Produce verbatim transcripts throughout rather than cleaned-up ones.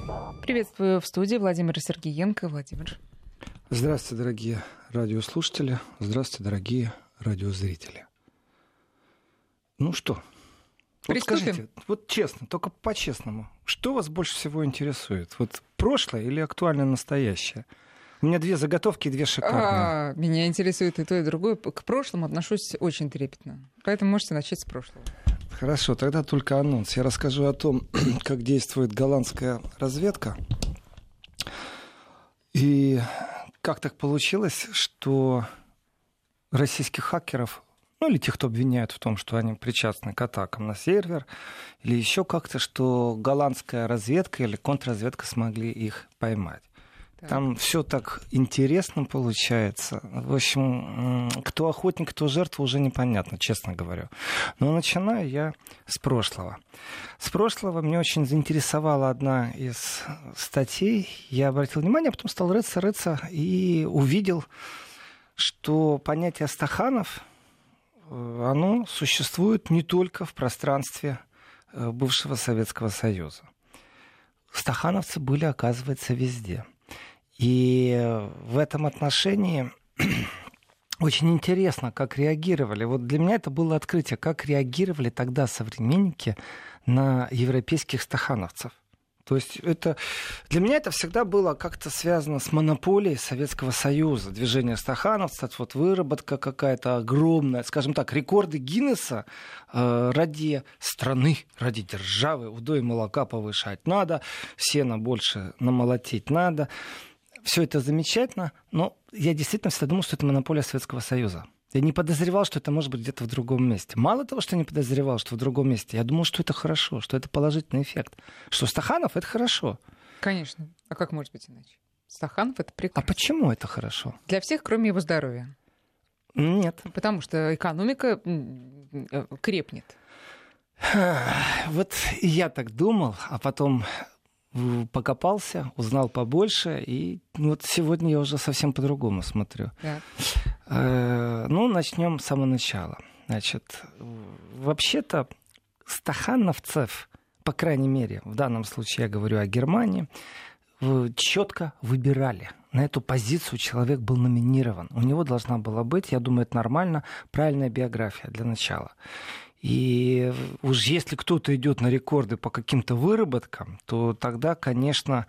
Приветствую в студии Владимира Сергеенко. Владимир. Здравствуйте, дорогие радиослушатели. Здравствуйте, дорогие радиозрители. Ну что, вот скажите, вот честно, только по-честному, что вас больше всего интересует? Вот прошлое или актуальное настоящее? У меня две заготовки и две шикарные. А, меня интересует и то, и другое. К прошлому отношусь очень трепетно. Поэтому можете начать с прошлого. Хорошо, тогда только анонс. Я расскажу о том, как действует голландская разведка. И как так получилось, что российских хакеров, ну или тех, кто обвиняют в том, что они причастны к атакам на сервер, или еще как-то, что голландская разведка или контрразведка смогли их поймать. Так. Там все так интересно получается. В общем, кто охотник, кто жертва, уже непонятно, честно говорю. Но начинаю я с прошлого. С прошлого меня очень заинтересовала одна из статей. Я обратил внимание, а потом стал рыться, рыться и увидел, что понятие стаханов, оно существует не только в пространстве бывшего Советского Союза. Стахановцы были, оказывается, везде. И в этом отношении очень интересно, как реагировали. Вот для меня это было открытие, как реагировали тогда современники на европейских стахановцев. То есть это, для меня это всегда было как-то связано с монополией Советского Союза. Движение стахановцев, вот выработка какая-то огромная, скажем так, рекорды Гиннесса э, ради страны, ради державы. Удой молока повышать надо, сена больше намолотить надо. Все это замечательно, но я действительно всегда думал, что это монополия Советского Союза. Я не подозревал, что это может быть где-то в другом месте. Мало того, что я не подозревал, что в другом месте, я думал, что это хорошо, что это положительный эффект. Что Стаханов — это хорошо. Конечно. А как может быть иначе? Стаханов — это прекрасно. А почему это хорошо? Для всех, кроме его здоровья. Нет. Потому что экономика крепнет. Вот я так думал, а потом покопался, узнал побольше, и вот сегодня я уже совсем по-другому смотрю. Да. Э, ну, начнем с самого начала. Значит, вообще-то стахановцев, по крайней мере, в данном случае я говорю о Германии, четко выбирали. На эту позицию человек был номинирован. У него должна была быть, я думаю, это нормально, правильная биография для начала. И уж если кто-то идет на рекорды по каким-то выработкам, то тогда, конечно,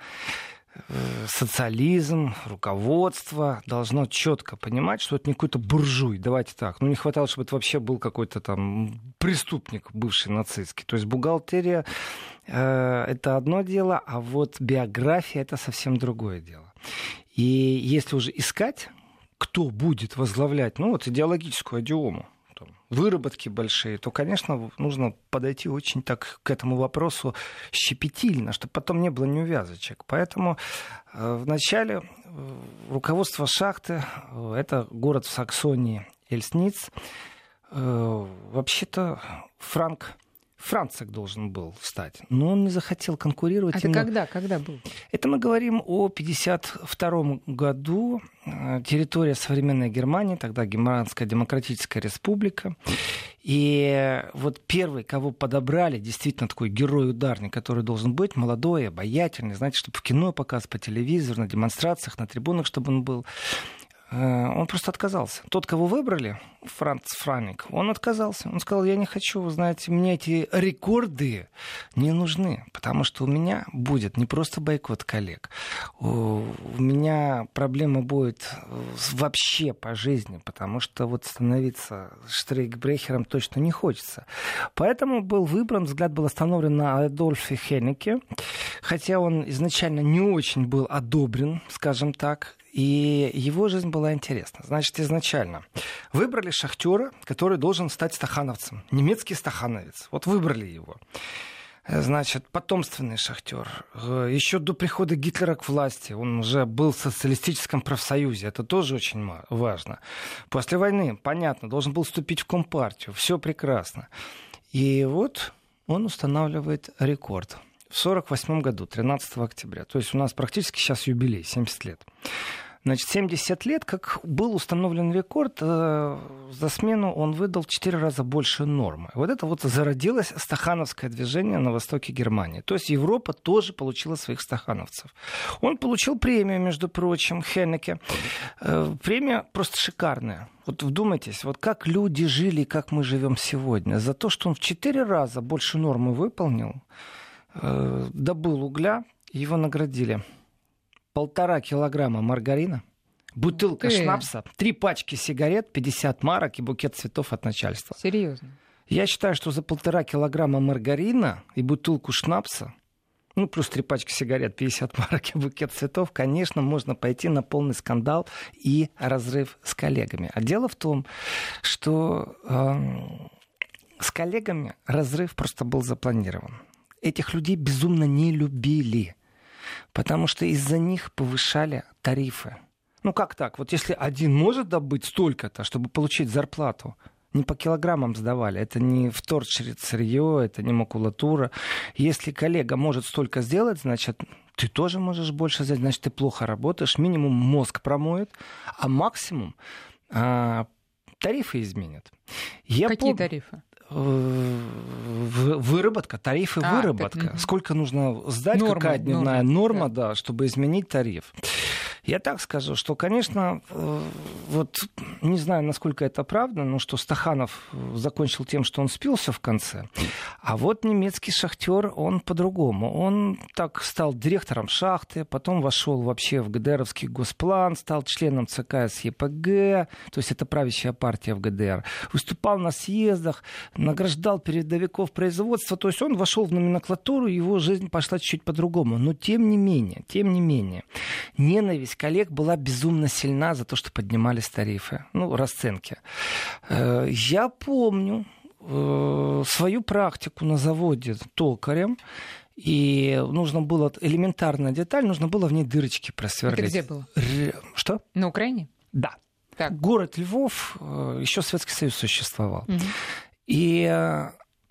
социализм, руководство должно четко понимать, что это не какой-то буржуй, давайте так. Ну, не хватало, чтобы это вообще был какой-то там преступник бывший нацистский. То есть бухгалтерия э, — это одно дело, а вот биография — это совсем другое дело. И если уже искать, кто будет возглавлять, ну, вот идеологическую адиому, выработки большие, то, конечно, нужно подойти очень так к этому вопросу щепетильно, чтобы потом не было неувязочек. Поэтому э, вначале э, руководство шахты, э, это город в Саксонии, Эльсниц, э, вообще-то Франк Францик должен был стать, но он не захотел конкурировать. А это именно... когда? Когда был? Это мы говорим о пятьдесят втором году. Территория современной Германии, тогда Германская Демократическая Республика. И вот первый, кого подобрали, действительно такой герой-ударник, который должен быть молодой, обаятельный, знаете, чтобы в кино показывать, по телевизору, на демонстрациях, на трибунах, чтобы он был. Он просто отказался. Тот, кого выбрали, Франц Франик, он отказался. Он сказал: я не хочу, вы знаете, мне эти рекорды не нужны, потому что у меня будет не просто бойкот коллег, у меня проблема будет вообще по жизни, потому что вот становиться штрейкбрехером точно не хочется. Поэтому был выбран, взгляд был остановлен на Адольфе Хеннике, хотя он изначально не очень был одобрен, скажем так, и его жизнь была интересна. Значит, изначально выбрали шахтера, который должен стать стахановцем. Немецкий стахановец. Вот выбрали его. Значит, потомственный шахтер. Еще до прихода Гитлера к власти он уже был в социалистическом профсоюзе. Это тоже очень важно. После войны, понятно, должен был вступить в Компартию. Все прекрасно. И вот он устанавливает рекорд. В сорок восьмом году, тринадцатого октября. То есть у нас практически сейчас юбилей, семьдесят лет. Значит, семьдесят лет, как был установлен рекорд, э, за смену он выдал в четыре раза больше нормы. Вот это вот зародилось стахановское движение на востоке Германии. То есть Европа тоже получила своих стахановцев. Он получил премию, между прочим, Хеннеке. Э, премия просто шикарная. Вот вдумайтесь, вот как люди жили, как мы живем сегодня. За то, что он в четыре раза больше нормы выполнил, э, добыл угля, его наградили. Полтора килограмма маргарина, бутылка Ты. шнапса, три пачки сигарет, пятьдесят марок и букет цветов от начальства. Серьезно? Я считаю, что за полтора килограмма маргарина и бутылку шнапса, ну, плюс три пачки сигарет, пятьдесят марок и букет цветов, конечно, можно пойти на полный скандал и разрыв с коллегами. А дело в том, что э, с коллегами разрыв просто был запланирован. Этих людей безумно не любили. Потому что из-за них повышали тарифы. Ну как так? Вот если один может добыть столько-то, чтобы получить зарплату, не по килограммам сдавали. Это не вторсырье, это не макулатура. Если коллега может столько сделать, значит, ты тоже можешь больше взять. Значит, ты плохо работаешь. Минимум мозг промоет, а максимум а, тарифы изменят. Я Какие пом... тарифы? Выработка, тарифы а, выработка. Так, Сколько нужно сдать, норма, какая дневная норма, норма, да. да, чтобы изменить тариф. Я так скажу, что, конечно, вот не знаю, насколько это правда, но что Стаханов закончил тем, что он спился в конце. А вот немецкий шахтер, он по-другому. Он так стал директором шахты, потом вошел вообще в ГДРовский госплан, стал членом ЦК СЕПГ, то есть это правящая партия в ГДР. Выступал на съездах, награждал передовиков производства. То есть он вошел в номенклатуру, его жизнь пошла чуть-чуть по-другому. Но тем не менее, тем не менее, ненависть коллег была безумно сильна за то, что поднимались тарифы, ну, расценки. Я помню свою практику на заводе токарем, и нужно было, элементарная деталь, нужно было в ней дырочки просверлить. Это где было? Что? На Украине? Да. Так. Город Львов, еще Советский Союз существовал. Угу. И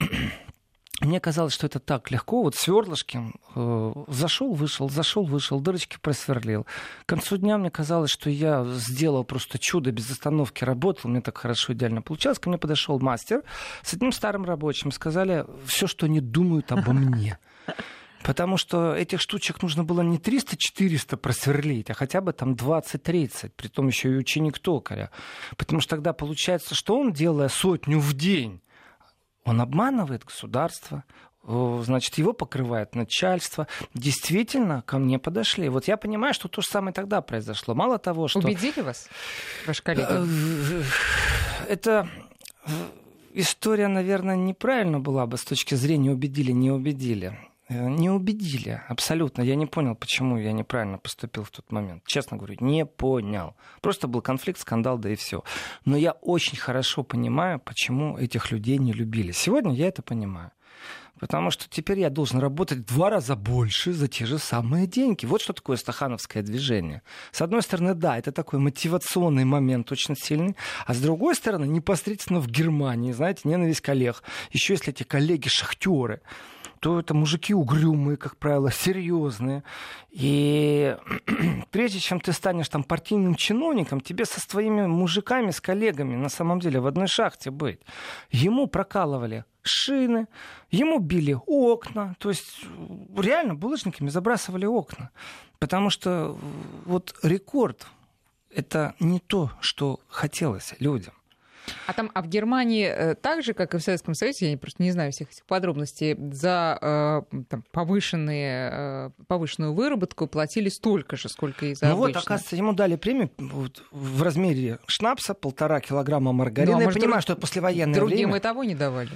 мне казалось, что это так легко. Вот сверлышки э, зашел, вышел, зашел, вышел, дырочки просверлил. К концу дня мне казалось, что я сделал просто чудо, без остановки работал, мне так хорошо, идеально получалось. Ко мне подошел мастер с одним старым рабочим. Сказали все, что они думают обо мне. Потому что этих штучек нужно было не триста-четыреста просверлить, а хотя бы там двадцать-тридцать, притом еще и ученик токаря. Потому что тогда получается, что он, делая сотню в день, он обманывает государство, значит, его покрывает начальство. Действительно, ко мне подошли. Вот я понимаю, что то же самое тогда произошло. Мало того, что... Убедили вас, ваши коллеги? Это история, наверное, неправильно была бы с точки зрения убедили, не убедили. Не убедили, абсолютно. Я не понял, почему я неправильно поступил в тот момент. Честно говорю, не понял. Просто был конфликт, скандал, да и все. Но я очень хорошо понимаю, почему этих людей не любили. Сегодня я это понимаю. Потому что теперь я должен работать в два раза больше за те же самые деньги. Вот что такое стахановское движение. С одной стороны, да, это такой мотивационный момент очень сильный. А с другой стороны, непосредственно в Германии, знаете, ненависть коллег. Еще если эти коллеги-шахтеры, то это мужики угрюмые, как правило, серьезные. И прежде чем ты станешь там партийным чиновником, тебе со своими мужиками, с коллегами на самом деле в одной шахте быть. Ему прокалывали шины, ему били окна, то есть реально булыжниками забрасывали окна. Потому что вот рекорд — это не то, что хотелось людям. А там, а в Германии так же, как и в Советском Союзе, я просто не знаю всех этих подробностей, за там, повышенные, повышенную выработку платили столько же, сколько и за ну обычную. Вот, оказывается, ему дали премию вот, в размере шнапса, полтора килограмма маргарина. Ну, а я понимаю, друг... что это послевоенное другим время. Другим и того не давали.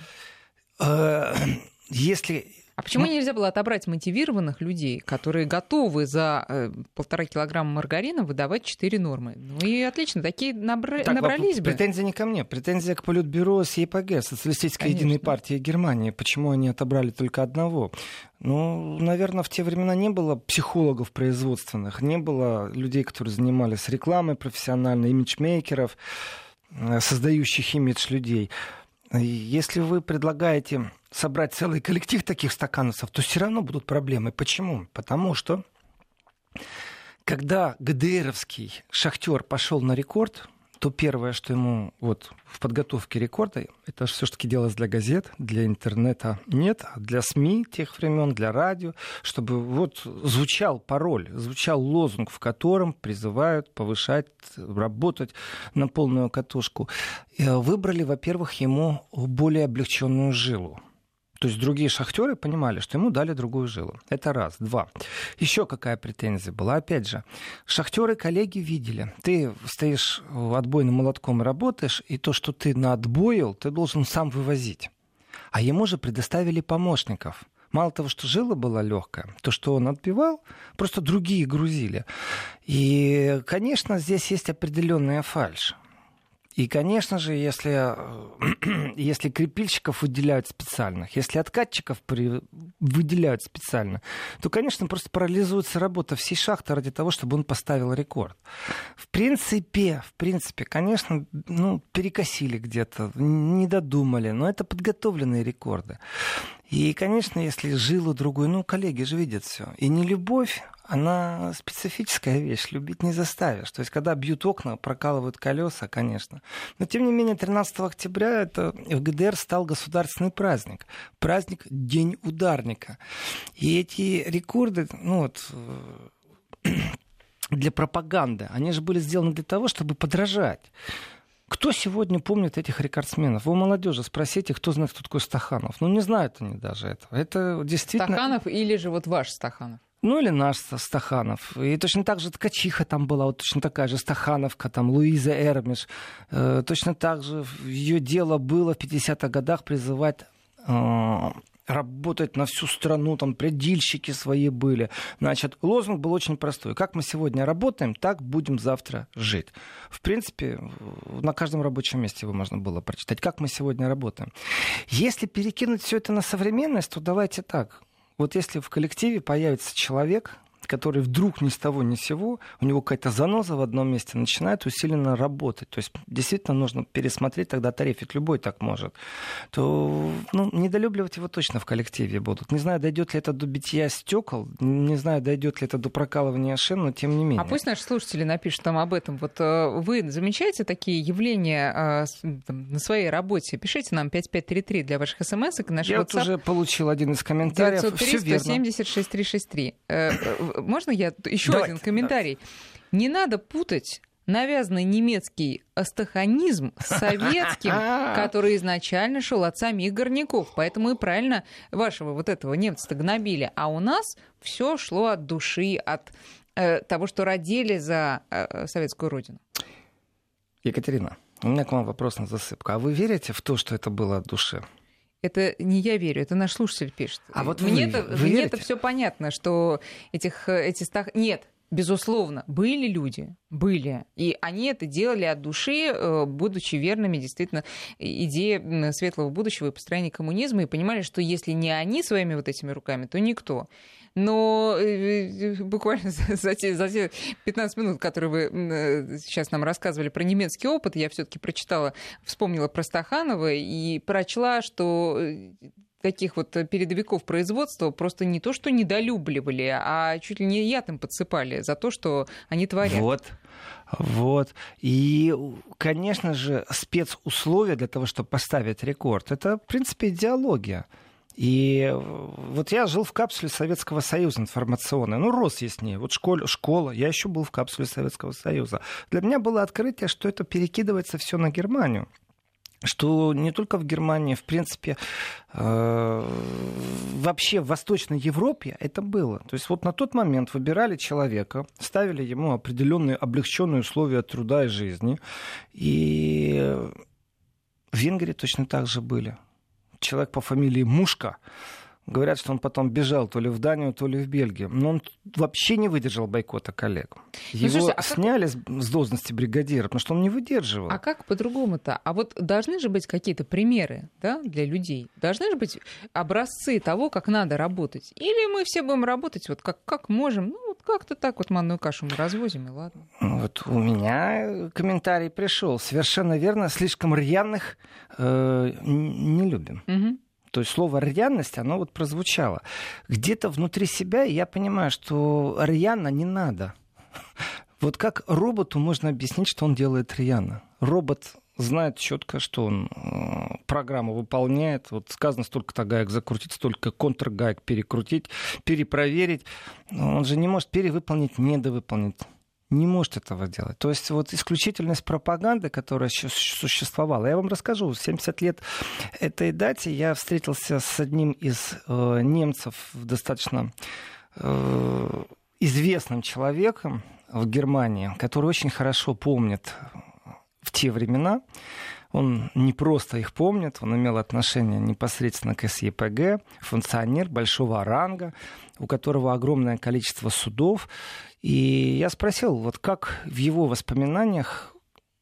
Если... А почему ну... нельзя было отобрать мотивированных людей, которые готовы за э, полтора килограмма маргарина выдавать четыре нормы? Ну и отлично, такие набра... так, набрались бы. Претензия не ко мне, претензия к Политбюро СЕПГ, Социалистической Конечно. Единой партии Германии. Почему они отобрали только одного? Ну, наверное, в те времена не было психологов производственных, не было людей, которые занимались рекламой профессионально, имиджмейкеров, создающих имидж людей. Если вы предлагаете собрать целый коллектив таких стакановцев, то все равно будут проблемы. Почему? Потому что когда ГДРовский шахтер пошел на рекорд, то первое, что ему вот в подготовке рекорда, это все-таки делалось для газет, для интернета нет, а для СМИ тех времен, для радио, чтобы вот звучал пароль, звучал лозунг, в котором призывают повышать, работать на полную катушку. И выбрали, во-первых, ему более облегченную жилу. То есть другие шахтеры понимали, что ему дали другую жилу. Это раз. Два. Еще какая претензия была? Опять же, шахтеры, коллеги видели. Ты стоишь отбойным молотком и работаешь, и то, что ты наотбоил, ты должен сам вывозить. А ему же предоставили помощников. Мало того, что жила была легкая, то, что он отбивал, просто другие грузили. И, конечно, здесь есть определенная фальшь. И, конечно же, если, если крепильщиков выделяют специальных, если откатчиков при, выделяют специально, то, конечно, просто парализуется работа всей шахты ради того, чтобы он поставил рекорд. В принципе, в принципе, конечно, ну, перекосили где-то, не додумали, но это подготовленные рекорды. И, конечно, если жилу другой, ну, коллеги же видят все. И не любовь, она специфическая вещь, любить не заставишь. То есть, когда бьют окна, прокалывают колеса, конечно. Но, тем не менее, тринадцатого октября это в ГДР стал государственный праздник. Праздник День ударника. И эти рекорды, ну вот, для пропаганды, они же были сделаны для того, чтобы подражать. Кто сегодня помнит этих рекордсменов? Вы у молодежи спросите, кто знает, кто такой Стаханов. Ну, не знают они даже этого. Это действительно... Стаханов или же вот ваш Стаханов? Ну, или наш Стаханов. И точно так же Ткачиха там была, вот точно такая же Стахановка, там Луиза Эрмиш. Э, точно так же ее дело было в пятидесятых годах призывать... Э, работать на всю страну, там предельщики свои были. Значит, лозунг был очень простой. Как мы сегодня работаем, так будем завтра жить. В принципе, на каждом рабочем месте его можно было прочитать. Как мы сегодня работаем. Если перекинуть все это на современность, то давайте так. Вот если в коллективе появится человек, который вдруг ни с того ни с сего, у него какая-то заноза в одном месте, начинает усиленно работать. То есть действительно нужно пересмотреть тогда тариф, ведь любой так может. То ну, недолюбливать его точно в коллективе будут. Не знаю, дойдет ли это до битья стекол, не знаю, дойдет ли это до прокалывания шин, но тем не менее. А пусть наши слушатели напишут там об этом. Вот вы замечаете такие явления там, на своей работе? Пишите нам пять пять три три для ваших смс-ок. Я WhatsApp... вот уже получил один из комментариев. девять ноль три сто семьдесят шесть триста шестьдесят три. Можно я еще Давайте, один комментарий? давайте. Не надо путать навязанный немецкий астаханизм с советским, который изначально шел от самих горняков. Поэтому и правильно вашего вот этого немца-то гнобили. А у нас все шло от души, от э, того, что родили за э, советскую родину. Екатерина, у меня к вам вопрос на засыпку. А вы верите в то, что это было от души? Это не я верю, это наш слушатель пишет. А вот мне вы, это, вы мне верите? это все понятно, что этих, эти стах... Нет, безусловно, были люди, были. И они это делали от души, будучи верными действительно идее светлого будущего и построения коммунизма, и понимали, что если не они своими вот этими руками, то никто. Но буквально за те, за те пятнадцать минут, которые вы сейчас нам рассказывали про немецкий опыт, я все-таки прочитала, вспомнила про Стаханова и прочла, что таких вот передовиков производства просто не то, что недолюбливали, а чуть ли не яд им подсыпали за то, что они творят. Вот. Вот. И, конечно же, спецусловия для того, чтобы поставить рекорд, это, в принципе, идеология. И вот я жил в капсуле Советского Союза информационной. Ну, рос я с ней. Вот школа, школа. Я еще был в капсуле Советского Союза. Для меня было открытие, что это перекидывается все на Германию. Что не только в Германии, в принципе, э, вообще в Восточной Европе это было. То есть вот на тот момент выбирали человека, ставили ему определенные облегченные условия труда и жизни. И в Венгрии точно так же были. Человек по фамилии Мушка. Говорят, что он потом бежал то ли в Данию, то ли в Бельгию. Но он вообще не выдержал бойкота коллег. Его ну, слушайте, а сняли как... с должности бригадира, потому что он не выдерживал. А как по-другому-то? А вот должны же быть какие-то примеры, да, для людей? Должны же быть образцы того, как надо работать? Или мы все будем работать вот как, как можем? Ну, вот как-то так вот манную кашу мы развозим, и ладно. Вот у меня комментарий пришел. Совершенно верно, слишком рьяных э, не любим. Угу. То есть слово «рьяность», оно вот прозвучало. Где-то внутри себя я понимаю, что рьяно не надо. Вот как роботу можно объяснить, что он делает рьяно? Робот знает четко, что он э, программу выполняет. Вот сказано, столько-то гаек закрутить, столько контргаек перекрутить, перепроверить. Но он же не может перевыполнить, недовыполнить. Не может этого делать. То есть вот исключительность пропаганды, которая существовала. Я вам расскажу. В семьдесят лет этой дате я встретился с одним из э, немцев, достаточно э, известным человеком в Германии, который очень хорошо помнит в те времена. Он не просто их помнит, он имел отношение непосредственно к эс е пэ гэ, функционер большого ранга, у которого огромное количество судов. И я спросил, вот как в его воспоминаниях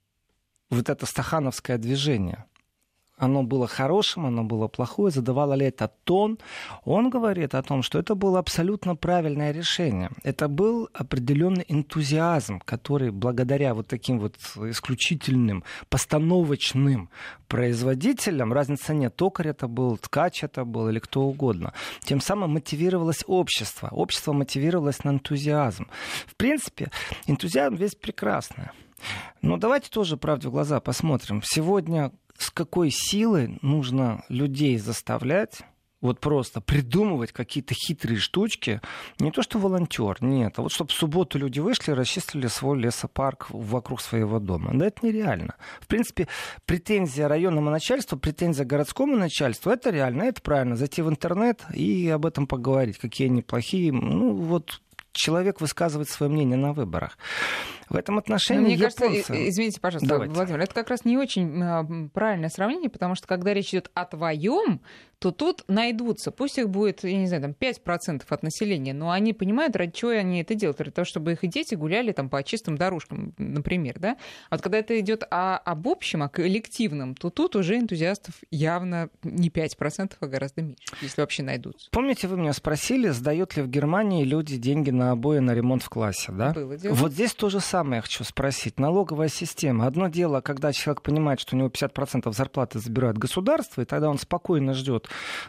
вот это стахановское движение, оно было хорошим, оно было плохое, задавало ли это тон. Он говорит о том, что это было абсолютно правильное решение. Это был определенный энтузиазм, который благодаря вот таким вот исключительным постановочным производителям, разницы нет, токарь это был, ткач это был или кто угодно, тем самым мотивировалось общество. Общество мотивировалось на энтузиазм. В принципе, энтузиазм весь прекрасный. Но давайте тоже правде в глаза посмотрим. Сегодня с какой силой нужно людей заставлять вот просто придумывать какие-то хитрые штучки, не то что волонтер, нет, а вот чтобы в субботу люди вышли и расчистили свой лесопарк вокруг своего дома. Да это нереально. В принципе, претензия районному начальству, претензия городскому начальству, это реально, это правильно. Зайти в интернет и об этом поговорить, какие они плохие. Ну вот человек высказывает свое мнение на выборах. В этом отношении Мне японцы... кажется, извините, пожалуйста, Давайте. Владимир, это как раз не очень правильное сравнение, потому что когда речь идет о твоем, то тут найдутся, пусть их будет, я не знаю, там пять процентов от населения, но они понимают, ради чего они это делают, ради того, чтобы их дети гуляли там по чистым дорожкам, например, да? А вот когда это идет о, об общем, о коллективном, то тут уже энтузиастов явно не пять процентов, а гораздо меньше, если вообще найдутся. Помните, вы меня спросили, сдают ли в Германии люди деньги на обои на ремонт в классе, да? Было дело. Вот здесь то же самое я хочу спросить. Налоговая система. Одно дело, когда человек понимает, что у него пятьдесят процентов зарплаты забирает государство, и тогда он спокойно ждет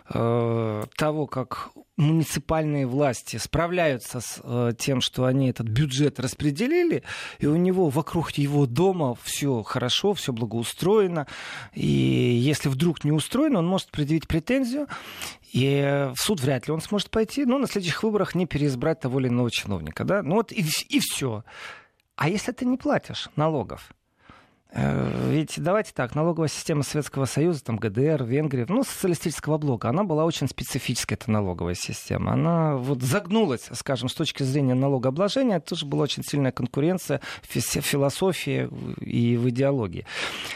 э, того, как муниципальные власти справляются с э, тем, что они этот бюджет распределили, и у него вокруг его дома все хорошо, все благоустроено. И если вдруг не устроено, он может предъявить претензию, и в суд вряд ли он сможет пойти, но на следующих выборах не переизбрать того или иного чиновника. Да? Ну вот и, и все. А если ты не платишь налогов? Ведь давайте так, налоговая система Советского Союза, там гэ дэ эр, Венгрия, ну, социалистического блока, она была очень специфическая, эта налоговая система. Она вот загнулась, скажем, с точки зрения налогообложения, это тоже была очень сильная конкуренция в философии и в идеологии.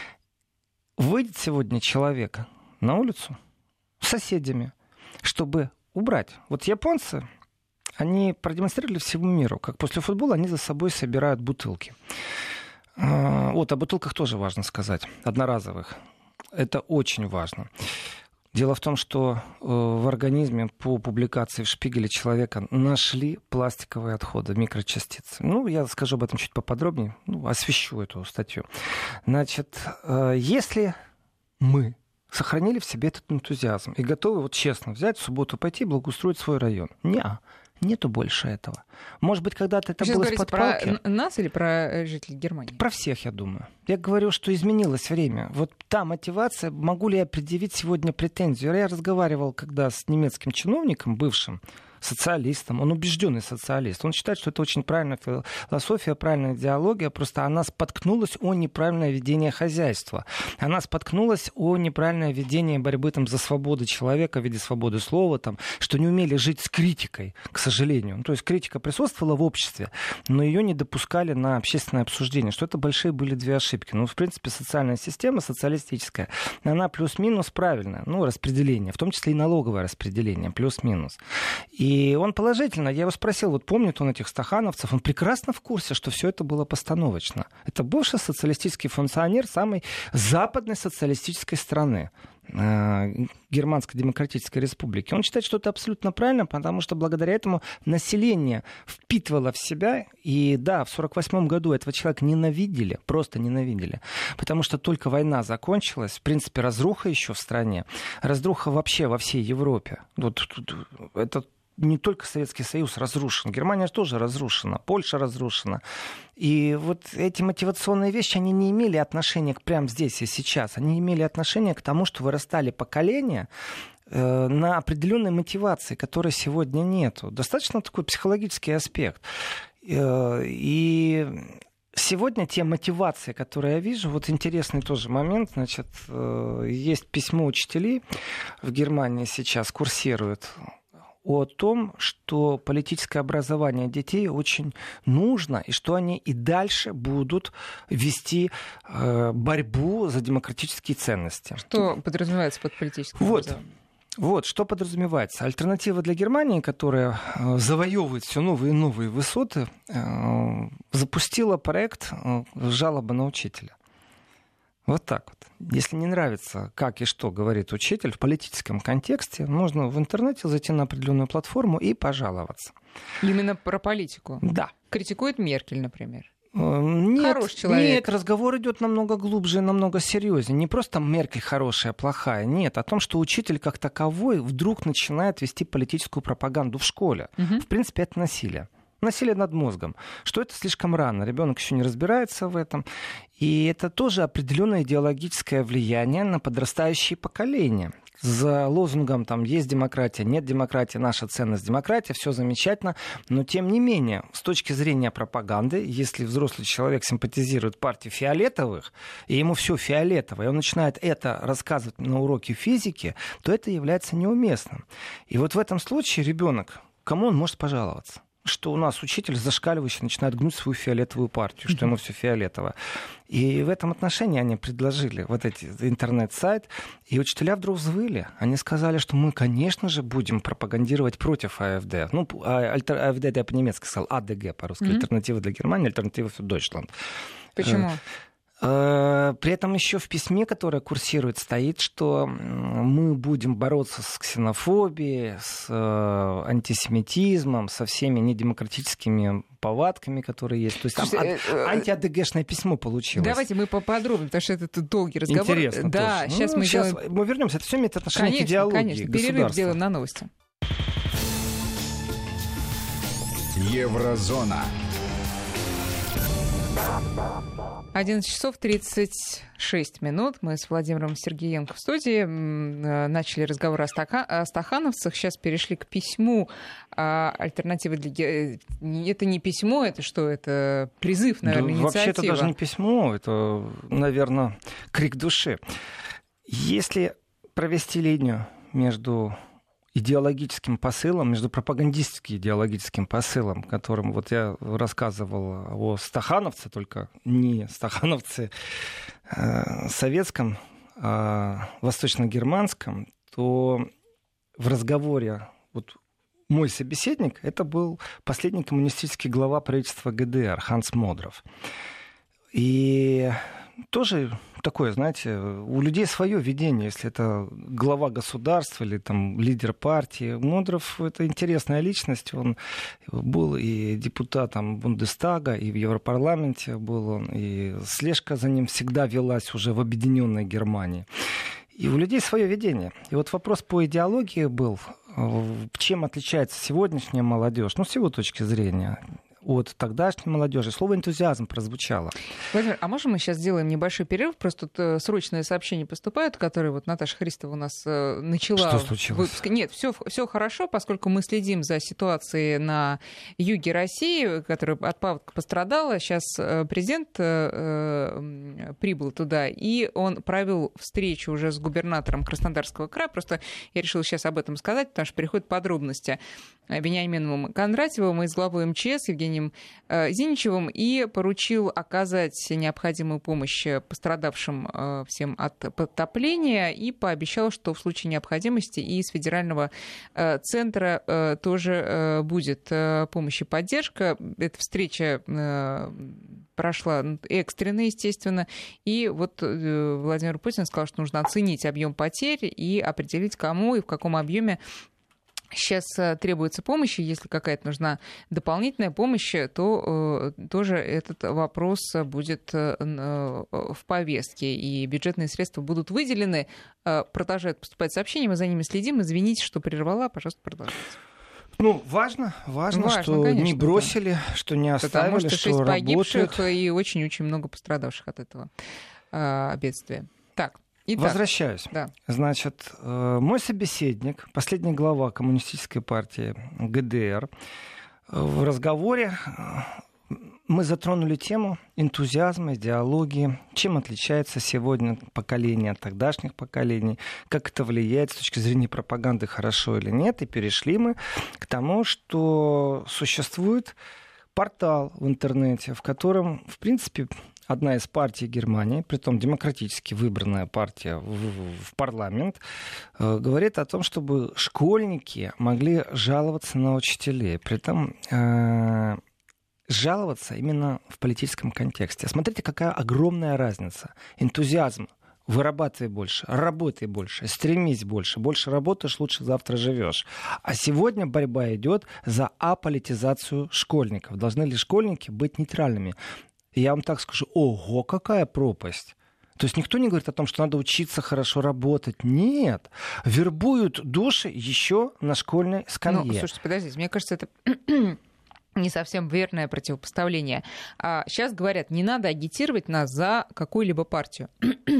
Выйдет сегодня человек на улицу с соседями, чтобы убрать. Вот японцы, они продемонстрировали всему миру, как после футбола они за собой собирают бутылки. Вот, о бутылках тоже важно сказать, одноразовых. Это очень важно. Дело в том, что в организме по публикации в Шпигеле человека нашли пластиковые отходы, микрочастицы. Ну, я скажу об этом чуть поподробнее, ну, освещу эту статью. Значит, если мы сохранили в себе этот энтузиазм и готовы вот честно взять в субботу пойти и благоустроить свой район, не-а. Нету больше этого. Может быть, когда-то это было из-под палки. Про нас или про жителей Германии? Про всех, я думаю. Я говорю, что изменилось время. Вот та мотивация, могу ли я предъявить сегодня претензию? Я разговаривал когда с немецким чиновником, бывшим социалистом, он убежденный социалист. Он считает, что это очень правильная философия, правильная идеология, просто она споткнулась о неправильное ведение хозяйства. Она споткнулась о неправильное ведение борьбы там, за свободу человека в виде свободы слова, там, что не умели жить с критикой, к сожалению. Ну, то есть критика присутствовала в обществе, но ее не допускали на общественное обсуждение, что это большие были две ошибки. Ну, в принципе, социальная система социалистическая, она плюс-минус правильная, ну, распределение, в том числе и налоговое распределение, плюс-минус. И И он положительно, я его спросил, вот помнит он этих стахановцев, он прекрасно в курсе, что все это было постановочно. Это бывший социалистический функционер самой западной социалистической страны, Германской Демократической Республики. Он считает, что это абсолютно правильно, потому что благодаря этому население впитывало в себя. И да, в сорок восьмом году этого человека ненавидели, просто ненавидели. Потому что только война закончилась, в принципе, разруха еще в стране, разруха вообще во всей Европе. Вот, это не только Советский Союз разрушен, Германия тоже разрушена, Польша разрушена. И вот эти мотивационные вещи, они не имели отношения к прямо здесь и сейчас. Они имели отношение к тому, что вырастали поколения э, на определенной мотивации, которой сегодня нету. Достаточно такой психологический аспект. Э, и сегодня те мотивации, которые я вижу, вот интересный тоже момент, значит, э, есть письмо учителей в Германии сейчас курсирует о том, что политическое образование детей очень нужно, и что они и дальше будут вести э, борьбу за демократические ценности. Что подразумевается под политическим вот. образованием? Вот, что подразумевается. Альтернатива для Германии, которая э, завоевывает все новые и новые высоты, э, запустила проект э, «Жалоба на учителя». Вот так вот. Если не нравится, как и что говорит учитель в политическом контексте, можно в интернете зайти на определенную платформу и пожаловаться. Именно про политику? Да. Критикует Меркель, например? Нет, Хороший человек. Нет, разговор идет намного глубже и намного серьезнее. Не просто Меркель хорошая, плохая. Нет, о том, что учитель как таковой вдруг начинает вести политическую пропаганду в школе. Угу. В принципе, это насилие. Насилие над мозгом. Что это слишком рано. Ребенок еще не разбирается в этом. И это тоже определенное идеологическое влияние на подрастающие поколения. За лозунгом там есть демократия, нет демократии, наша ценность демократия, все замечательно. Но тем не менее, с точки зрения пропаганды, если взрослый человек симпатизирует партии фиолетовых, и ему все фиолетово, и он начинает это рассказывать на уроке физики, то это является неуместным. И вот в этом случае ребенок, кому он может пожаловаться? Что у нас учитель зашкаливающий начинает гнуть свою фиолетовую партию, что ему все фиолетово. И в этом отношении они предложили вот эти интернет-сайт, и учителя вдруг взвыли. Они сказали, что мы, конечно же, будем пропагандировать против АфД. Ну, альтер... АфД это я по-немецки сказал, АДГ по-русски, mm-hmm. альтернатива для Германии, альтернатива für Deutschland. Почему? При этом еще в письме, которое курсирует, стоит, что мы будем бороться с ксенофобией, с антисемитизмом, со всеми недемократическими повадками, которые есть. То есть там анти-АДГшное письмо получилось. Давайте мы поподробнее, потому что это долгий разговор. Интересно да, тоже. сейчас ну, мы сейчас сделаем... мы вернемся. Это все имеет отношение конечно, к идеологии конечно. государства. Перерыв сделаем на новости. Еврозона. одиннадцать часов тридцать шесть минут. Мы с Владимиром Сергеенко в студии. Начали разговор о, стака... о стахановцах. Сейчас перешли к письму альтернативы для... Это не письмо, это что? Это призыв, наверное, да, инициатива. Вообще-то даже не письмо, это, наверное, крик души. Если провести линию между идеологическим посылом, между пропагандистским идеологическим посылом, которым вот я рассказывал о стахановце, только не стахановце э, советском, а восточно-германском, то в разговоре вот мой собеседник это был последний коммунистический глава правительства ГДР Ханс Модров. И тоже такое, знаете, у людей свое видение, если это глава государства или там лидер партии. Модров — это интересная личность, он был и депутатом Бундестага, и в Европарламенте был он, и слежка за ним всегда велась уже в объединенной Германии. И у людей свое видение. И вот вопрос по идеологии был, чем отличается сегодняшняя молодежь, ну, с его точки зрения, от тогдашней молодежи. Слово «энтузиазм» прозвучало. Владимир, а можем мы сейчас сделаем небольшой перерыв? Просто тут срочные сообщения поступают, которые вот Наташа Христова у нас начала. Что случилось? Выпуск. Нет, все, все хорошо, поскольку мы следим за ситуацией на юге России, которая от паводка пострадала. Сейчас президент э, прибыл туда, и он провел встречу уже с губернатором Краснодарского края. Просто я решила сейчас об этом сказать, потому что переходят подробности. Вениамином Кондратьевым и с главой МЧС Евгением Зиничевым, и поручил оказать необходимую помощь пострадавшим всем от потопления, и пообещал, что в случае необходимости и из федерального центра тоже будет помощь и поддержка. Эта встреча прошла экстренно, естественно, и вот Владимир Путин сказал, что нужно оценить объем потерь и определить, кому и в каком объеме сейчас требуется помощь, и если какая-то нужна дополнительная помощь, то э, тоже этот вопрос будет э, в повестке, и бюджетные средства будут выделены. Э, продолжают поступать сообщения, мы за ними следим. Извините, что прервала, пожалуйста, продолжайте. Ну, важно, важно, важно что конечно, не бросили, да. что не оставили, Потому что шесть что погибших работают. и очень-очень много пострадавших от этого э, бедствия. Так, итак. Возвращаюсь. Да. Значит, мой собеседник, последний глава Коммунистической партии ГДР, в разговоре мы затронули тему энтузиазма, идеологии, чем отличается сегодня поколение от тогдашних поколений, как это влияет с точки зрения пропаганды, хорошо или нет, и перешли мы к тому, что существует портал в интернете, в котором, в принципе, одна из партий Германии, притом демократически выбранная партия в, в парламент, э, говорит о том, чтобы школьники могли жаловаться на учителей. Притом э, жаловаться именно в политическом контексте. Смотрите, какая огромная разница. Энтузиазм. Вырабатывай больше, работай больше, стремись больше. Больше работаешь, лучше завтра живешь. А сегодня борьба идет за аполитизацию школьников. Должны ли школьники быть нейтральными? И я вам так скажу, ого, какая пропасть. То есть никто не говорит о том, что надо учиться хорошо работать. Нет. Вербуют души еще на школьной скамье. Ну, слушайте, подождите, мне кажется, это не совсем верное противопоставление. А сейчас говорят, не надо агитировать нас за какую-либо партию.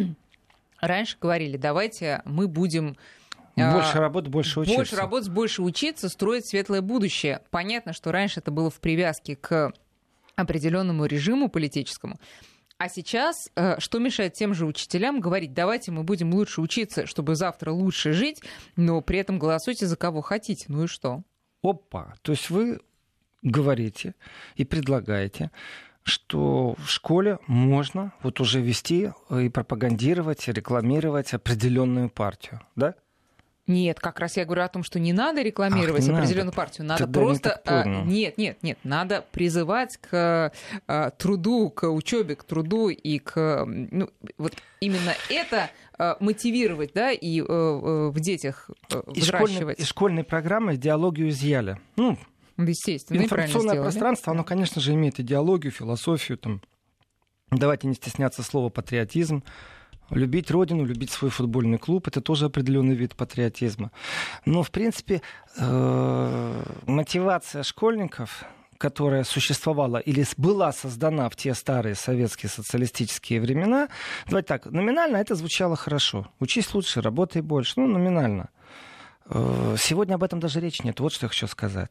Раньше говорили, давайте мы будем... Больше работать, больше учиться. Больше работать, больше учиться, строить светлое будущее. Понятно, что раньше это было в привязке к определенному режиму политическому. А сейчас что мешает тем же учителям говорить, давайте мы будем лучше учиться, чтобы завтра лучше жить, но при этом голосуйте за кого хотите. Ну и что? Опа! То есть вы говорите и предлагаете, что в школе можно вот уже вести и пропагандировать, и рекламировать определенную партию, да? Нет, как раз я говорю о том, что не надо рекламировать Ах, не определенную надо. партию, надо Тогда просто... Не а, нет, нет, нет, надо призывать к а, труду, к учебе, к труду и к... Ну, вот именно это а, мотивировать, да, и а, в детях а, взращивать. Из школьной программы идеологию изъяли. Ну, естественно, информационное пространство, оно, конечно же, имеет идеологию, философию. Там. Давайте не стесняться слова «патриотизм». Любить родину, любить свой футбольный клуб — это тоже определенный вид патриотизма. Но, в принципе, мотивация школьников, которая существовала или была создана в те старые советские социалистические времена, давайте так, номинально это звучало хорошо. Учись лучше, работай больше. Ну, номинально. Сегодня об этом даже речи нет. Вот что я хочу сказать.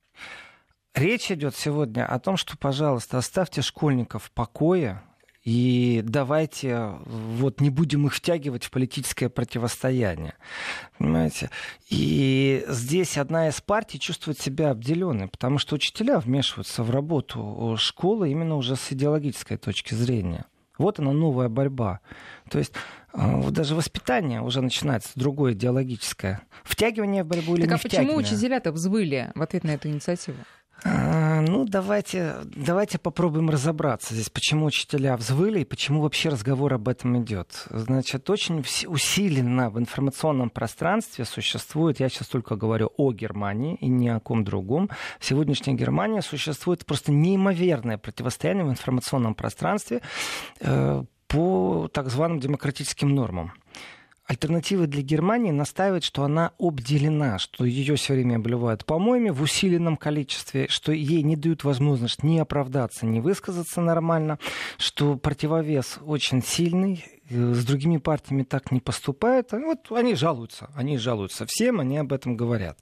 Речь идет сегодня о том, что, пожалуйста, оставьте школьников в покое, и давайте вот не будем их втягивать в политическое противостояние. Понимаете? И здесь одна из партий чувствует себя обделенной, потому что учителя вмешиваются в работу школы именно уже с идеологической точки зрения. Вот она, новая борьба. То есть даже воспитание уже начинается другое, идеологическое. Втягивание в борьбу или так не а втягивание. Почему учителя-то взвыли в ответ на эту инициативу? Ну, давайте, давайте попробуем разобраться здесь, почему учителя взвыли и почему вообще разговор об этом идет. Значит, очень усиленно в информационном пространстве существует, я сейчас только говорю о Германии и ни о ком другом, в сегодняшней Германии существует просто неимоверное противостояние в информационном пространстве э, по так званым демократическим нормам. Альтернатива для Германии настаивает, что она обделена, что ее все время обливают помоями в усиленном количестве, что ей не дают возможность ни оправдаться, ни высказаться нормально, что противовес очень сильный, с другими партиями так не поступают. Вот они жалуются, они жалуются всем, они об этом говорят.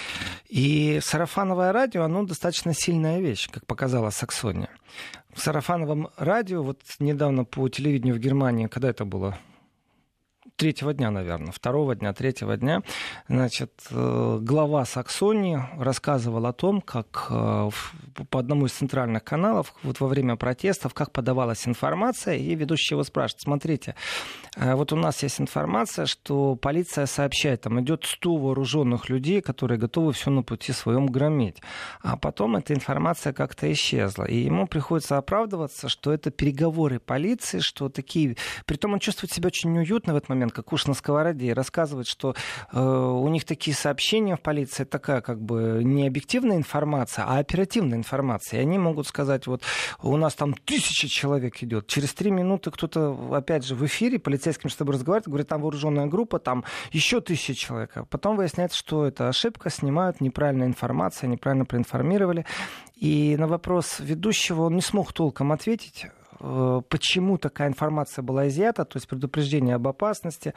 И сарафановое радио, оно достаточно сильная вещь, как показала Саксония. В сарафановом радио, вот недавно по телевидению в Германии, когда это было? Третьего дня, наверное, второго дня, третьего дня, значит, глава Саксонии рассказывал о том, как по одному из центральных каналов вот во время протестов, как подавалась информация, и ведущий его спрашивает, смотрите, вот у нас есть информация, что полиция сообщает, там идет сто вооруженных людей, которые готовы все на пути своем громить. А потом эта информация как-то исчезла. И ему приходится оправдываться, что это переговоры полиции, что такие... Притом он чувствует себя очень неуютно в этот момент, момент, как уж на сковороде, и рассказывать, что э, у них такие сообщения в полиции, такая как бы не объективная информация, а оперативная информация. И они могут сказать, вот у нас там тысяча человек идет, через три минуты кто-то, опять же, в эфире полицейским с тобой разговаривает, говорит, там вооруженная группа, там еще тысяча человек. Потом выясняется, что это ошибка, снимают, неправильная информация, неправильно проинформировали. И на вопрос ведущего он не смог толком ответить, почему такая информация была изъята, то есть предупреждение об опасности.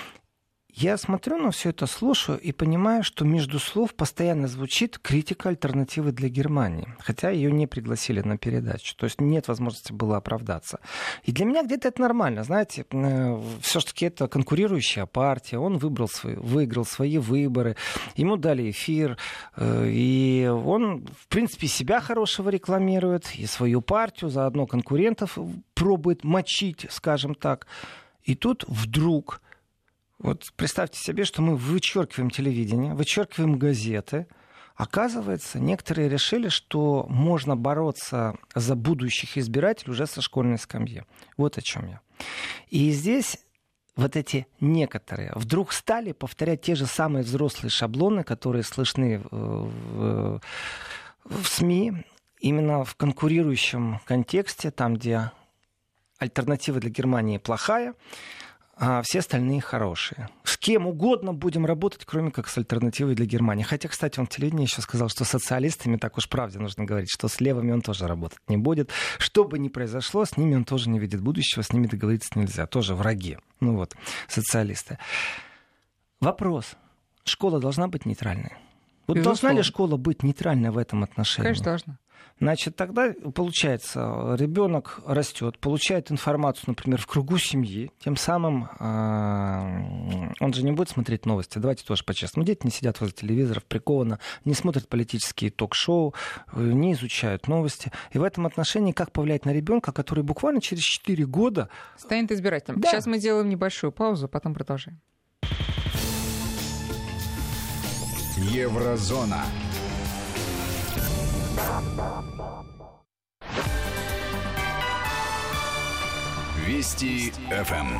Я смотрю на все это, слушаю и понимаю, что между слов постоянно звучит критика альтернативы для Германии, хотя ее не пригласили на передачу, то есть нет возможности было оправдаться. И для меня где-то это нормально, знаете, все-таки это конкурирующая партия, он выбрал свои, выиграл свои выборы, ему дали эфир, и он, в принципе, себя хорошего рекламирует, и свою партию, заодно конкурентов пробует мочить, скажем так. И тут вдруг... Вот представьте себе, что мы вычеркиваем телевидение, вычеркиваем газеты. Оказывается, некоторые решили, что можно бороться за будущих избирателей уже со школьной скамьи. Вот о чем я. И здесь вот эти некоторые вдруг стали повторять те же самые взрослые шаблоны, которые слышны в, в, в СМИ, именно в конкурирующем контексте, там, где альтернатива для Германии плохая, а все остальные хорошие. С кем угодно будем работать, кроме как с альтернативой для Германии. Хотя, кстати, он в телевидении еще сказал, что с социалистами, так уж правде нужно говорить, что с левыми он тоже работать не будет. Что бы ни произошло, с ними он тоже не видит будущего, с ними договориться нельзя. Тоже враги. Ну вот, социалисты. Вопрос. Школа должна быть нейтральной? Вот должна ли школа быть нейтральной в этом отношении? Конечно, должна. Значит, тогда, получается, ребенок растет, получает информацию, например, в кругу семьи, тем самым э, он же не будет смотреть новости. Давайте тоже по-честному. Дети не сидят возле телевизоров прикованно, не смотрят политические ток-шоу, не изучают новости. И в этом отношении как повлиять на ребенка, который буквально через четыре года... станет избирателем. Да. Сейчас мы делаем небольшую паузу, потом продолжаем. Еврозона. Вести эф эм.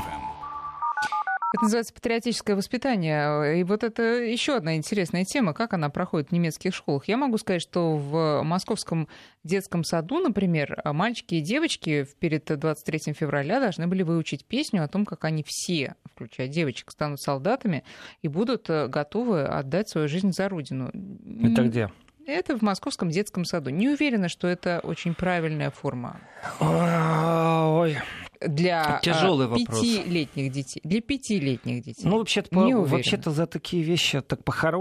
Это называется патриотическое воспитание. И вот это еще одна интересная тема, как она проходит в немецких школах. Я могу сказать, что в московском детском саду, например, мальчики и девочки перед двадцать третьего февраля должны были выучить песню о том, как они все, включая девочек, станут солдатами и будут готовы отдать свою жизнь за Родину. Это где? Это в Московском детском саду. Не уверена, что это очень правильная форма. Ой. Для тяжелый пятилетних детей. Для пятилетних детей. Ну, вообще-то, по, вообще-то за такие вещи так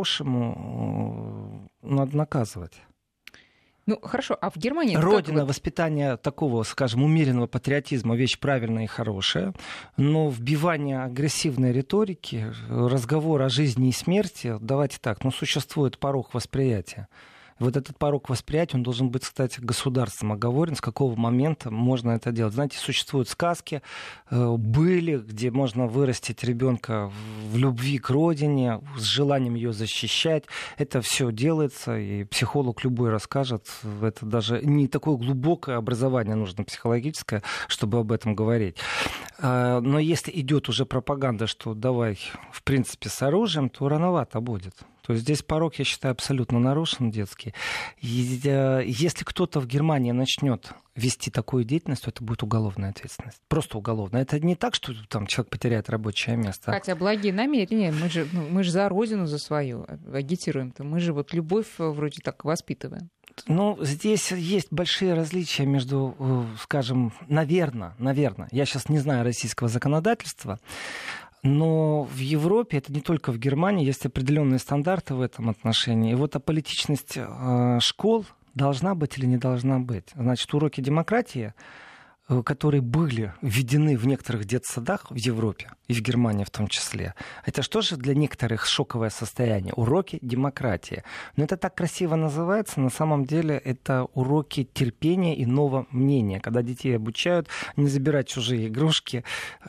по-хорошему надо наказывать. Ну, хорошо, а в Германии... Родина вот... воспитания такого, скажем, умеренного патриотизма, вещь правильная и хорошая, но вбивание агрессивной риторики, разговор о жизни и смерти, давайте так, ну, существует порог восприятия. Вот этот порог восприятия, он должен быть, кстати, государством оговорен, с какого момента можно это делать. Знаете, существуют сказки, были, где можно вырастить ребенка в любви к родине, с желанием ее защищать. Это все делается, и психолог любой расскажет. Это даже не такое глубокое образование нужно психологическое, чтобы об этом говорить. Но если идет уже пропаганда, что давай, в принципе, с оружием, то рановато будет. То есть здесь порог, я считаю, абсолютно нарушен детский. И, если кто-то в Германии начнет вести такую деятельность, то это будет уголовная ответственность. Просто уголовная. Это не так, что там человек потеряет рабочее место. Хотя благие намерения, мы же, ну, мы же за родину, за свою агитируем-то. Мы же вот любовь вроде так воспитываем. Ну, здесь есть большие различия между, скажем, наверное, наверное, я сейчас не знаю российского законодательства, но в Европе, это не только в Германии, есть определенные стандарты в этом отношении. И вот аполитичность э, школ должна быть или не должна быть. Значит, уроки демократии, э, которые были введены в некоторых детсадах в Европе, и в Германии в том числе, это что же для некоторых шоковое состояние? Уроки демократии. Но это так красиво называется, на самом деле это уроки терпения и нового мнения, когда детей обучают не забирать чужие игрушки,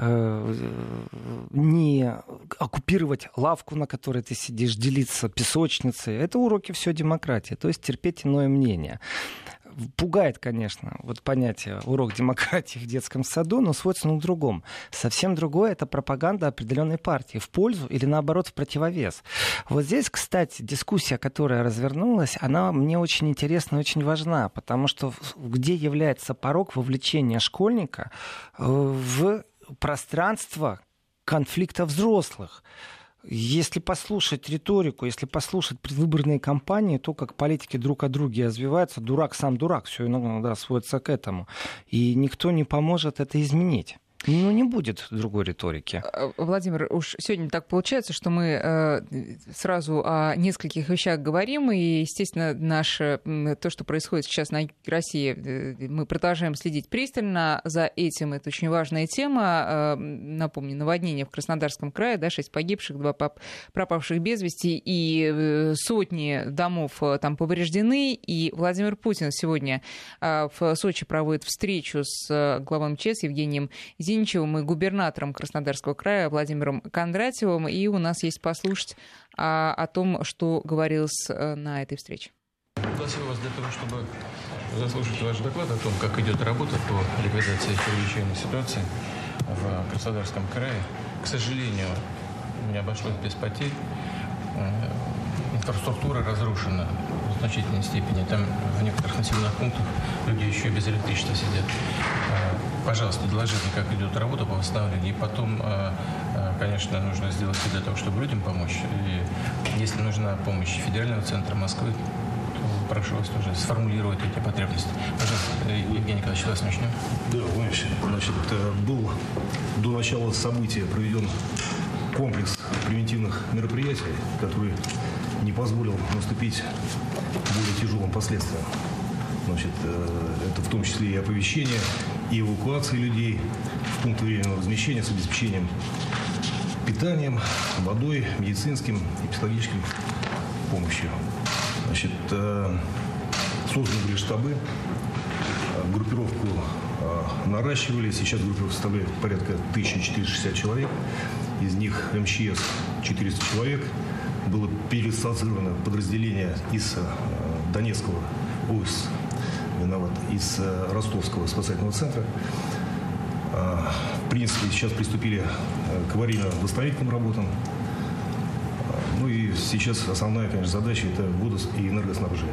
не оккупировать лавку, на которой ты сидишь, делиться песочницей. Это уроки все демократии, то есть терпеть иное мнение. пугает, конечно, вот понятие урок демократии в детском саду, но сводится к другому. Совсем другое — это пропаганда определенной партии в пользу или, наоборот, в противовес. Вот здесь, кстати, дискуссия, которая развернулась, она мне очень интересна и очень важна, потому что где является порог вовлечения школьника в пространство конфликта взрослых? Если послушать риторику, если послушать предвыборные кампании, то, как политики друг о друге развиваются, дурак сам дурак, все иногда сводится к этому. И никто не поможет это изменить. Ну, не будет другой риторики. Владимир, уж сегодня так получается, что мы э, сразу о нескольких вещах говорим, и, естественно, наше, то, что происходит сейчас на России, мы продолжаем следить пристально за этим. Это очень важная тема. Э, напомню, наводнение в Краснодарском крае, да, шесть погибших, два пропавших без вести, и э, сотни домов э, там повреждены. И Владимир Путин сегодня э, в Сочи проводит встречу с э, главой МЧС Евгением Зиничевым и губернатором Краснодарского края Владимиром Кондратьевым. И у нас есть послушать а, о том, что говорилось на этой встрече. Пригласил вас для того, чтобы заслушать ваш доклад о том, как идет работа по ликвидации чрезвычайной ситуации в Краснодарском крае. К сожалению, не обошлось без потерь. Инфраструктура разрушена в значительной степени. Там в некоторых населенных пунктах люди еще без электричества сидят. Пожалуйста, доложите, как идет работа по восстановлению. И потом, конечно, нужно сделать все для того, чтобы людям помочь. И если нужна помощь федерального центра Москвы, то прошу вас тоже сформулировать эти потребности. Пожалуйста, Евгений Николаевич, с вас начнем. Да, значит, значит, был до начала события проведен комплекс превентивных мероприятий, который не позволил наступить более тяжелым последствиям. Значит, это в том числе и оповещение, и эвакуация людей в пункты временного размещения с обеспечением питанием, водой, медицинским и психологическим помощью. Значит, созданы были штабы, группировку наращивали. Сейчас группировка составляет порядка тысяча четыреста шестьдесят человек. Из них МЧС четыреста человек. Было передислоцировано подразделение из Донецкого, ОС, виноват, из Ростовского спасательного центра. В принципе, сейчас приступили к аварийно-восстановительным работам. Ну и сейчас основная, конечно, задача – это водос- и энергоснабжение.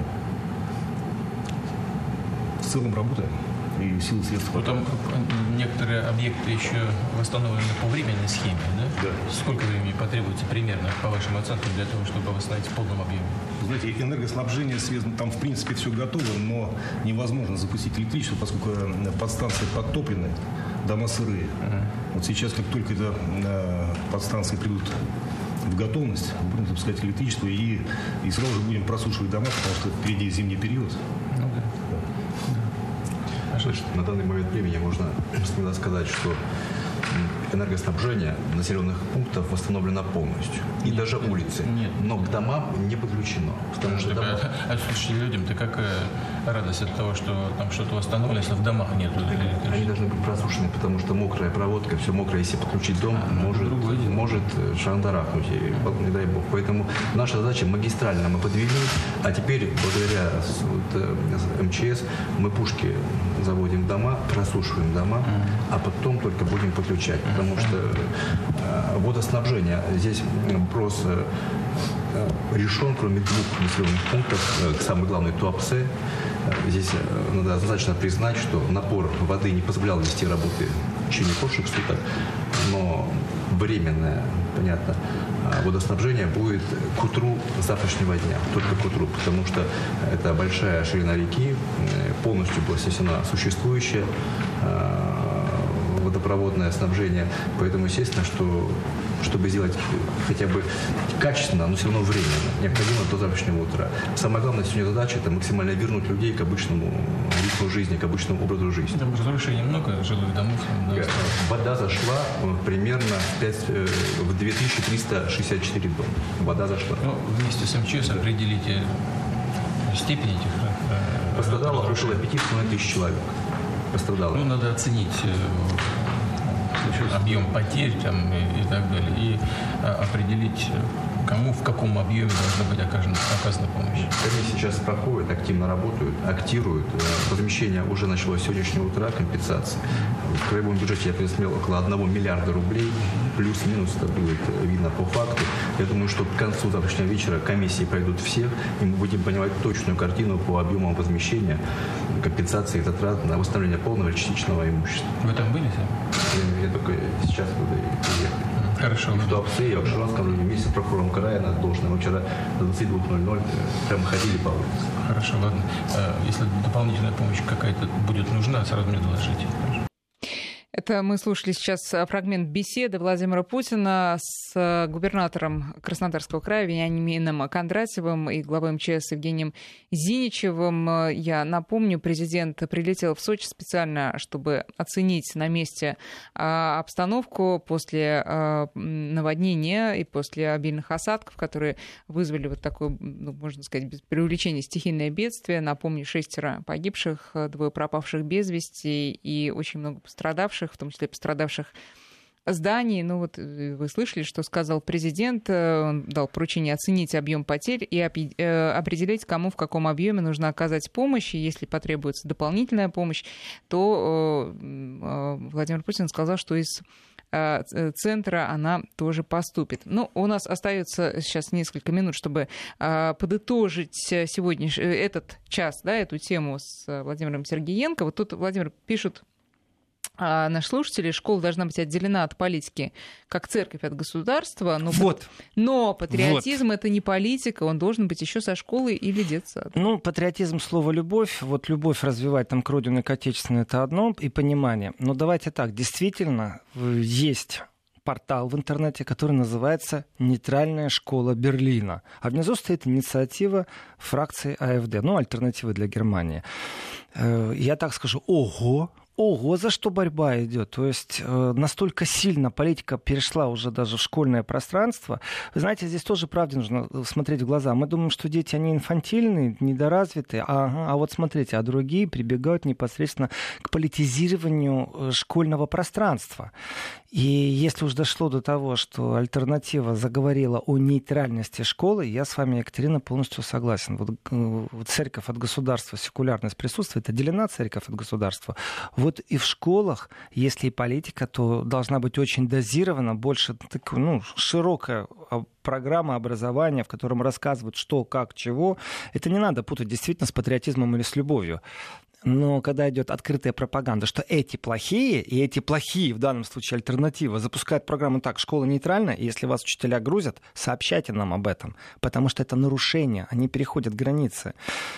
В целом работаем. И силы средств. Ну, там некоторые объекты еще восстановлены по временной схеме, да? Да. Сколько времени потребуется примерно, по вашим оценкам, для того, чтобы восстановить в полном объеме? Знаете, энергоснабжение связано, там в принципе все готово, но невозможно запустить электричество, поскольку подстанции подтоплены, дома сырые. Uh-huh. Вот сейчас, как только это подстанции придут в готовность, будем запускать электричество и, и сразу же будем просушивать дома, потому что впереди зимний период. Ну, да. Да. Значит, на данный момент времени можно смело сказать, что энергоснабжение населенных пунктов восстановлено полностью. И нет, даже улицы. Нет, но к домам не подключено. Потому что дома... А, а слушайте, людям-то какая радость от того, что там что-то восстановлено, если в домах нет. Они должны быть просушены, потому что мокрая проводка, все мокрое, если подключить дом, а, может, может шандарахнуть, не дай бог. Поэтому наша задача магистрально мы подвели, а теперь благодаря вот, МЧС мы пушки заводим в дома, просушиваем дома, а потом только будем подключать. Потому что э, водоснабжение здесь вопрос э, решен, кроме двух населенных пунктов, э, самый главный Туапсе. Э, здесь э, надо однозначно признать, что напор воды не позволял вести работы в течение прошлых суток, но временное, понятно, водоснабжение будет к утру завтрашнего дня, только к утру, потому что это большая ширина реки, полностью была снесена существующая водопроводное снабжение, поэтому естественно, что чтобы сделать хотя бы качественно, но все равно временно, необходимо до завтрашнего утра. Самая главная сегодня задача – это максимально вернуть людей к обычному ритму жизни, к обычному образу жизни. Там разрушений много жилых домов? Да. Вода зашла примерно в две тысячи триста шестьдесят четыре дома. Вода зашла. Ну, вместе с МЧС да. определите степень этих пострадало около пяти с половиной тысяч человек. Пострадало. Ну, надо оценить объем потерь там, и, и так далее, и а, определить кому, в каком объеме должна быть оказана, оказана помощь? Они сейчас проходят, активно работают, актируют. Размещение уже началось с сегодняшнего утра, компенсации. В краевом бюджете я предусмотрел около одного миллиарда рублей. Плюс-минус это будет видно по факту. Я думаю, что к концу завтрашнего вечера комиссии пройдут всех, и мы будем понимать точную картину по объемам возмещения, компенсации затрат на восстановление полного или частичного имущества. Вы там были? Я, я только сейчас буду ехать. Хорошо. В Туапсе, я в Шуранском районе вместе с прокурором края на должное. Мы вчера до двадцати двух ноль-ноль прямо ходили по улице. Хорошо, ладно. Если дополнительная помощь какая-то будет нужна, сразу мне доложите. Это мы слушали сейчас фрагмент беседы Владимира Путина с губернатором Краснодарского края Вениамином Кондратьевым и главой МЧС Евгением Зиничевым. Я напомню, президент прилетел в Сочи специально, чтобы оценить на месте обстановку после наводнения и после обильных осадков, которые вызвали вот такое, ну, можно сказать, без преувеличения, стихийное бедствие. Напомню, шестеро погибших, двое пропавших без вести и очень много пострадавших, в том числе пострадавших зданий. Ну вот вы слышали, что сказал президент. Он дал поручение оценить объем потерь и определить, кому в каком объеме нужно оказать помощь. И если потребуется дополнительная помощь, то Владимир Путин сказал, что из центра она тоже поступит. Но у нас остается сейчас несколько минут, чтобы подытожить сегодняшний этот час, да, эту тему с Владимиром Сергеенко. Вот тут, Владимир, пишут А наши слушатели: школа должна быть отделена от политики, как церковь от государства. Но, вот. но патриотизм вот. Это не политика, он должен быть еще со школы или детсада. Ну, патриотизм — слово любовь. Вот любовь развивать там к родине, к отечественной — это одно, и понимание. Но давайте так, действительно, есть портал в интернете, который называется «Нейтральная школа Берлина». А внизу стоит инициатива фракции АфД, ну, альтернативы для Германии. Я так скажу, ого! Ого, за что борьба идет? То есть э, настолько сильно политика перешла уже даже в школьное пространство. Вы знаете, здесь тоже правде нужно смотреть в глаза. Мы думаем, что дети, они инфантильные, недоразвитые. Ага, а вот смотрите, а другие прибегают непосредственно к политизированию школьного пространства. И если уж дошло до того, что альтернатива заговорила о нейтральности школы, я с вами, Екатерина, полностью согласен. Вот, вот церковь от государства, секулярность присутствует, отделена церковь от государства. Вот и в школах, если и политика, то должна быть очень дозирована, больше такой, ну, широкая программа образования, в котором рассказывают, что, как, чего. Это не надо путать действительно с патриотизмом или с любовью. Но когда идет открытая пропаганда, что эти плохие, и эти плохие, в данном случае альтернатива, запускают программу так: школа нейтральна, и если вас учителя грузят, сообщайте нам об этом, потому что это нарушение, они переходят границы.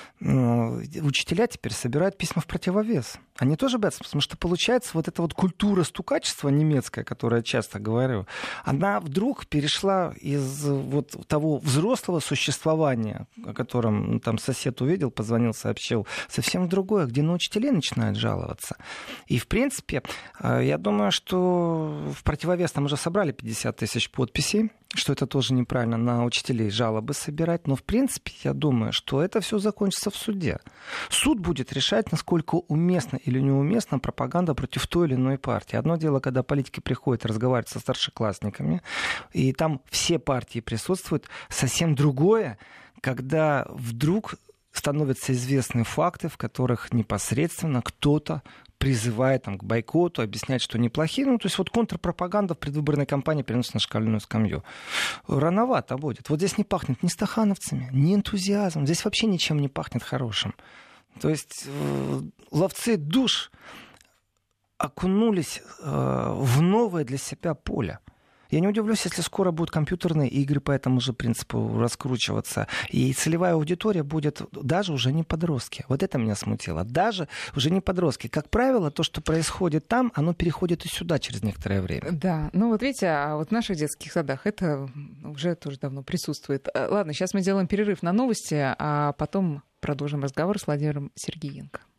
Учителя теперь собирают письма в противовес. Они тоже боятся, потому что получается вот эта вот культура стукачества немецкая, которую я часто говорю, она вдруг перешла из вот того взрослого существования, о котором, ну, там сосед увидел, позвонил, сообщил, совсем в другое, где на учителей начинают жаловаться. И, в принципе, я думаю, что в противовес там уже собрали пятьдесят тысяч подписей, что это тоже неправильно, на учителей жалобы собирать. Но, в принципе, я думаю, что это все закончится в суде. Суд будет решать, насколько уместна или неуместна пропаганда против той или иной партии. Одно дело, когда политики приходят разговаривать со старшеклассниками, и там все партии присутствуют. Совсем другое, когда вдруг становятся известны факты, в которых непосредственно кто-то призывает там, к бойкоту, объяснять, что неплохие. Ну, то есть вот контрпропаганда в предвыборной кампании переносится на школьную скамью. Рановато будет. Вот здесь не пахнет ни стахановцами, ни энтузиазмом. Здесь вообще ничем не пахнет хорошим. То есть э, ловцы душ окунулись э, в новое для себя поле. Я не удивлюсь, если скоро будут компьютерные игры по этому же принципу раскручиваться. И целевая аудитория будет даже уже не подростки. Вот это меня смутило. Даже уже не подростки. Как правило, то, что происходит там, оно переходит и сюда через некоторое время. Да, ну вот видите, а вот в наших детских садах это уже тоже давно присутствует. Ладно, сейчас мы делаем перерыв на новости, а потом продолжим разговор с Владимиром Сергеенко.